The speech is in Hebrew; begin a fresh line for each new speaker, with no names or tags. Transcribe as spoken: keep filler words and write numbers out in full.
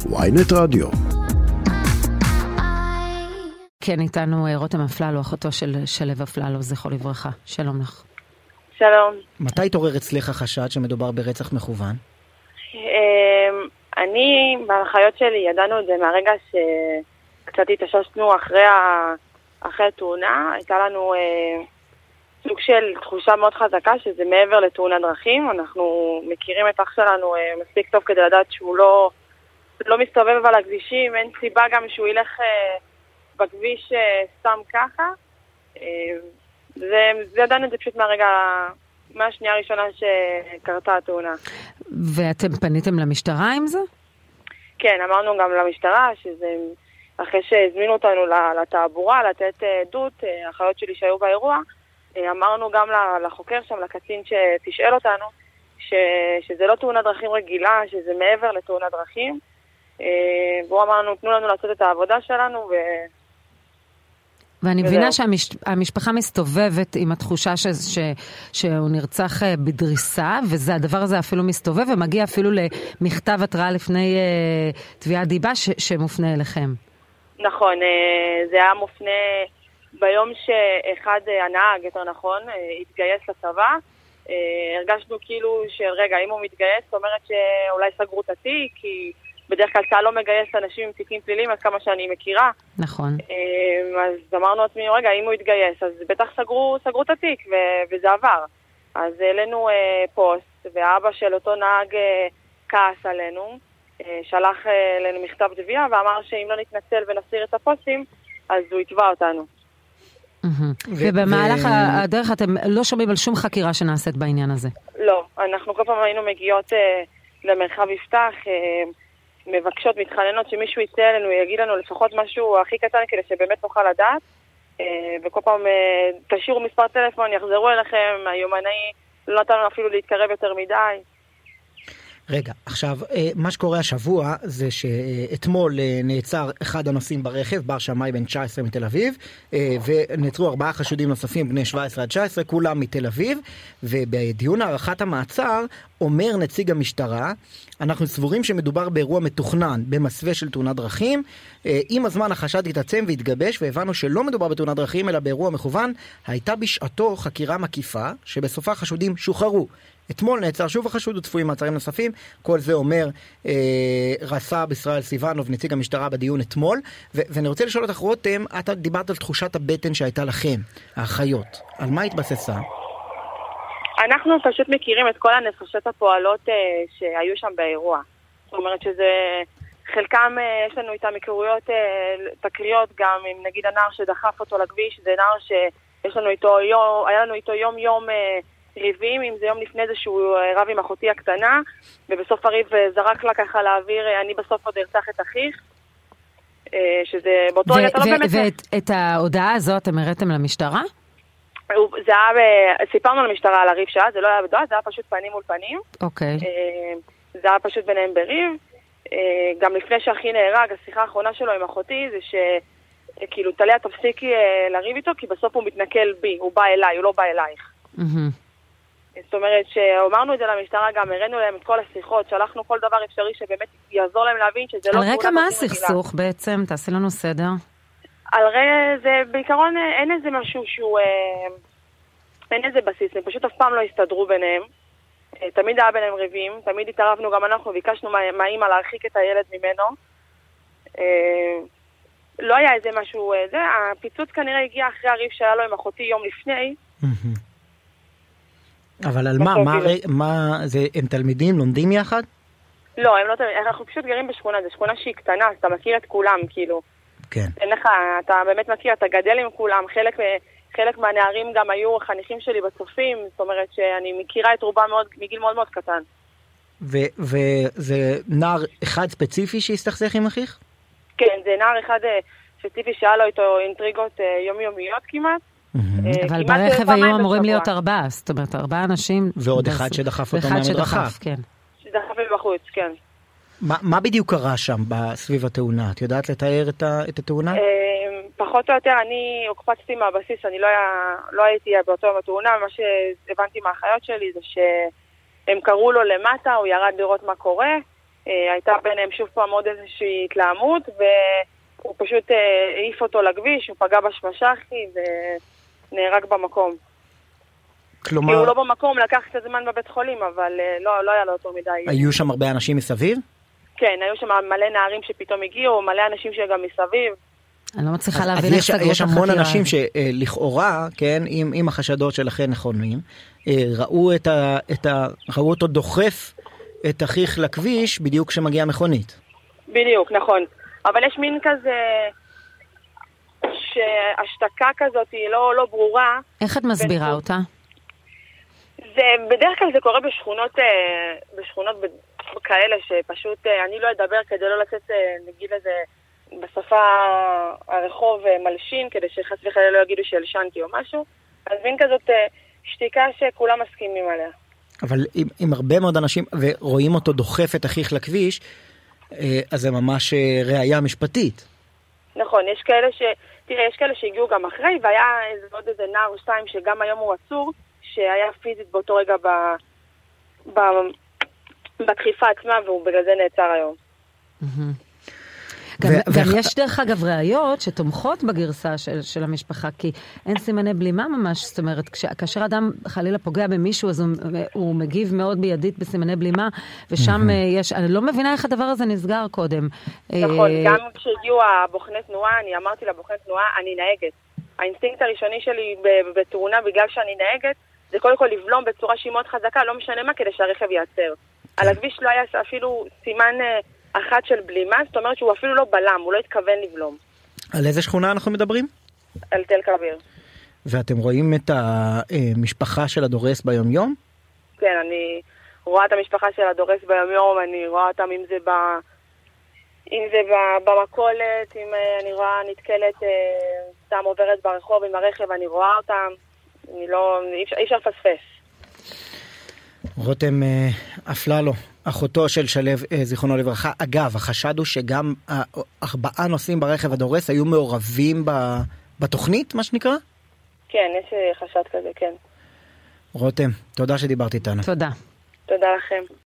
וויינט רדיו.
כן, איתנו רותם אפללו, אחותו של שלו אפללו, זכרו לברכה. שלום לך.
שלום.
מתי התעורר אצלך חשד שמדובר ברצח מכוון?
אני, בהנחיות שלי, ידענו את זה מהרגע שקצת התאוששנו אחרי אחרי התאונה. הייתה לנו סוג של תחושה מאוד חזקה שזה מעבר לתאונת דרכים. אנחנו מכירים את אח שלנו מספיק טוב כדי לדעת שהוא לא, לא מסתובב על הכבישים, אין סיבה גם שהוא ילך בכביש סתם ככה. זה, זה ידענו את זה פשוט מהרגע, מהשנייה הראשונה שקרתה התאונה.
ואתם פניתם למשטרה עם זה?
כן, אמרנו גם למשטרה שזה אחרי שהזמינו אותנו לתעבורה, לתת עדות, האחיות שלי שהיו באירוע, אמרנו גם לחוקר שם, לקצין שתשאל אותנו, ש, שזה לא תאונת דרכים רגילה, שזה מעבר לתאונת דרכים. והוא אמרנו, תנו לנו לעשות את העבודה שלנו ו...
ואני מבינה שהמשפחה מסתובבת עם התחושה ש, ש, שהוא נרצח בדריסה, וזה הדבר הזה אפילו מסתובב, ומגיע אפילו למכתב התראה לפני uh, תביעת דיבה ש, שמופנה אליכם.
נכון, uh, זה היה מופנה ביום שאחד uh, הנהג, יותר נכון, uh, התגייס לצבא. Uh, הרגשנו כאילו שרגע, אם הוא מתגייס, זאת אומרת שאולי סגרו את התיק, כי... בדרך כלל צה"ל לא מגייס אנשים עם תיקים פליליים, אז כמה שאני מכירה.
נכון.
אז אמרנו לעצמי, רגע, אם הוא יתגייס, אז בטח סגרו, סגרו את התיק, ו- וזה עבר. אז העלינו אה, פוסט, והאבא של אותו נהג אה, כעס עלינו, אה, שלח אה, לנו מכתב תביעה, ואמר שאם לא נתנצל ונסיר את הפוסטים, אז הוא יתבע אותנו.
ובמהלך הדרך אתם לא שומעים על שום חקירה שנעשית בעניין הזה?
לא, אנחנו כל פעם היינו מגיעות אה, למרחב יפתח, אה, מבקשות, מתחננות שמישהו יצא אלינו, יגיד לנו לפחות משהו הכי קטן כדי שבאמת נוכל לדעת, וכל פעם תשאירו מספר טלפון, יחזרו אליכם, היומנאי לא נתנו אפילו להתקרב יותר מדי.
רגע, עכשיו, מה שקורה השבוע זה שאתמול נעצר אחד הנוסעים ברכב, בר שמאי בן תשע עשרה מתל אביב, ונעצרו ארבעה חשודים נוספים בני שבע עשרה עד תשע עשרה, כולם מתל אביב, ובדיון הערכת המעצר אומר נציג המשטרה, אנחנו סבורים שמדובר באירוע מתוכנן במסווה של תאונת דרכים, עם הזמן החשד התעצם והתגבש, והבנו שלא מדובר בתאונת דרכים אלא באירוע מכוון. הייתה בשעתו חקירה מקיפה שבסופה חשודים שוחררו. אתמול נעצר שוב החשוד וצפויים מעצרים נוספים. כל זה אומר אה, רס"ב ישראל סיוונוב, נציג המשטרה בדיון אתמול. ו- ואני רוצה לשאול אותך רותם, אתה דיברת על תחושת הבטן שהייתה לכם, האחיות. על מה התבססה?
אנחנו פשוט מכירים את כל הנפשות הפועלות אה, שהיו שם באירוע. זאת אומרת שזה, חלקם אה, יש לנו איתם היכרויות אה, תקריות, גם עם נגיד הנער שדחף אותו לכביש, זה נער שיש לנו איתו יום, היה לנו איתו יום יום אה, ריבים, אם זה יום לפני זה שהוא רב עם אחותי הקטנה, ובסוף הריב זרק לה ככה לאוויר, אני בסוף עוד ארצח את אחיך, שזה באותו רגע אתה לא באמת...
ואת ההודעה הזו אתם הראיתם למשטרה?
זה היה, סיפרנו למשטרה על הריב שעה, זה לא היה בדעה, זה היה פשוט פנים מול פנים.
אוקיי.
זה היה פשוט ביניהם בריב. גם לפני שאחי נהרג, השיחה האחרונה שלו עם אחותי, זה שכאילו תליה תפסיקי לריב איתו, כי בסוף הוא מתנקל בי, הוא בא אליי, הוא לא בא אלייך. זאת אומרת שאמרנו את זה למשטרה, גם הראינו להם את כל השיחות, שלחנו כל דבר אפשרי שבאמת יעזור להם להבין שזה לא...
על רקע מה הסכסוך בעצם? תעשי לנו סדר.
על רקע זה בעיקרון אין איזה משהו שהוא... אין איזה בסיס, הם פשוט אף פעם לא הסתדרו ביניהם. תמיד היה ביניהם ריבים, תמיד התערבנו גם אנחנו, ביקשנו מהאמא להרחיק את הילד ממנו. לא היה איזה משהו... זה, הפיצוץ כנראה הגיע אחרי הריב שהיה לו עם אחותי יום לפני.
אבל על מה? מה, מה, זה, הם תלמידים, לומדים יחד?
לא, הם לא תלמידים, אנחנו פשוט גרים בשכונה, זו שכונה שהיא קטנה, אז אתה מכיר את כולם, כאילו.
כן.
אין לך, אתה באמת מכיר, אתה גדל עם כולם, חלק, חלק מהנערים גם היו חניכים שלי בצופים, זאת אומרת שאני מכירה את רובם מאוד, מגיל מאוד מאוד קטן.
ו- וזה נער אחד ספציפי שהסתכסך עם אחיך?
כן, זה נער אחד ספציפי שהיה לו איתו אינטריגות יומיומיות כמעט.
אבל ברכב היו אמורים להיות ארבעה, זאת אומרת ארבעה אנשים.
ועוד אחד שדחף אותו מהמדרכה.
שדחף מבחוץ, כן.
מה בדיוק קרה שם בסביב התאונה? את יודעת לתאר את התאונה?
פחות או יותר, אני הוקפצתי מהבסיס, אני לא הייתי באותו יום התאונה, מה שהבנתי מהאחיות שלי זה שהם קראו לו למטה, הוא ירד לראות מה קורה, הייתה ביניהם שוב פעם עוד איזושהי התלהמות, והוא פשוט העיף אותו לכביש, הוא פגע בשמשחי ונהרג במקום.
כלומר...
כי הוא לא במקום, לקח קצת זמן בבית חולים, אבל לא, לא היה לו יותר מדי.
היו שם הרבה אנשים מסביב?
כן, היו שם מלא נערים שפתאום הגיעו, מלא אנשים שגם מסביב.
אני לא מצליחה להבין איך סגרו את החקירה.
יש המון אנשים שלכאורה, כן, אם החשדות שלכם נכונים, ראו את ה, את ה, ראו אותו דוחף את אחיך לכביש בדיוק כשמגיעה מכונית.
בדיוק, נכון. אבל יש מין כזה שהשתקה כזאת היא לא, לא ברורה.
איך את מסבירה אותה?
זה, בדרך כלל זה קורה בשכונות, בשכונות כאלה שפשוט אני לא אדבר כדי לא לצאת, נגיד לזה, בשפה הרחוב מלשין, כדי שחס וחלילה לא יגידו שהלשנתי או משהו. אז מין כזאת שתיקה שכולם מסכימים עליה.
אבל אם, אם הרבה מאוד אנשים ורואים אותו דוחף את אחיך לכביש, אז זה ממש ראייה משפטית.
נכון, יש כאלה ש... תראה, יש כאלה שהגיעו גם אחרי, והיה עוד איזה נער או שתיים שגם היום הוא עצור, שהיה פיזית באותו רגע ב... ב... בדחיפה עצמה, והוא בגלל זה נעצר היום.
גם, גם יש דרך אגב ראיות שתומכות בגרסה של, של המשפחה, כי אין סימני בלימה ממש, זאת אומרת, כש, כאשר אדם חלילה פוגע במישהו, אז הוא, הוא מגיב מאוד בידית בסימני בלימה, ושם יש, אני לא מבינה איך הדבר הזה נסגר קודם.
נכון, גם כשהגיעו הבוחני תנועה, אני אמרתי לבוחני תנועה, אני נהגת. האינסטינקט הראשוני שלי בתאונה, בגלל שאני נהגת, זה קודם כל לבלום בצורה שהיא מאוד חזקה, לא משנה מה, כדי שהרכב ייעצר. על הכביש לא היה אפילו סימן אחת של בלימה, זאת אומרת שהוא אפילו לא בלם, הוא לא התכוון לבלום.
על איזה שכונה אנחנו מדברים?
על תל כביר.
ואתם רואים את המשפחה של הדורס ביום יום?
כן, אני רואה את המשפחה של הדורס ביום יום, אני רואה אותם אם זה, ב... אם זה ב... במקולת, אם אני רואה נתקלת, סתם עוברת ברחוב עם הרכב, אני רואה אותם, אני לא, אי אפשר, אי אפשר פספס.
רותם אפללו, אחותו של שלב, זיכרונו לברכה. אגב, החשד הוא שגם ארבעה נוסעים ברכב הדורס היו מעורבים בתוכנית, מה שנקרא?
כן, יש חשד כזה, כן.
רותם, תודה שדיברת איתנו.
תודה.
תודה לכם.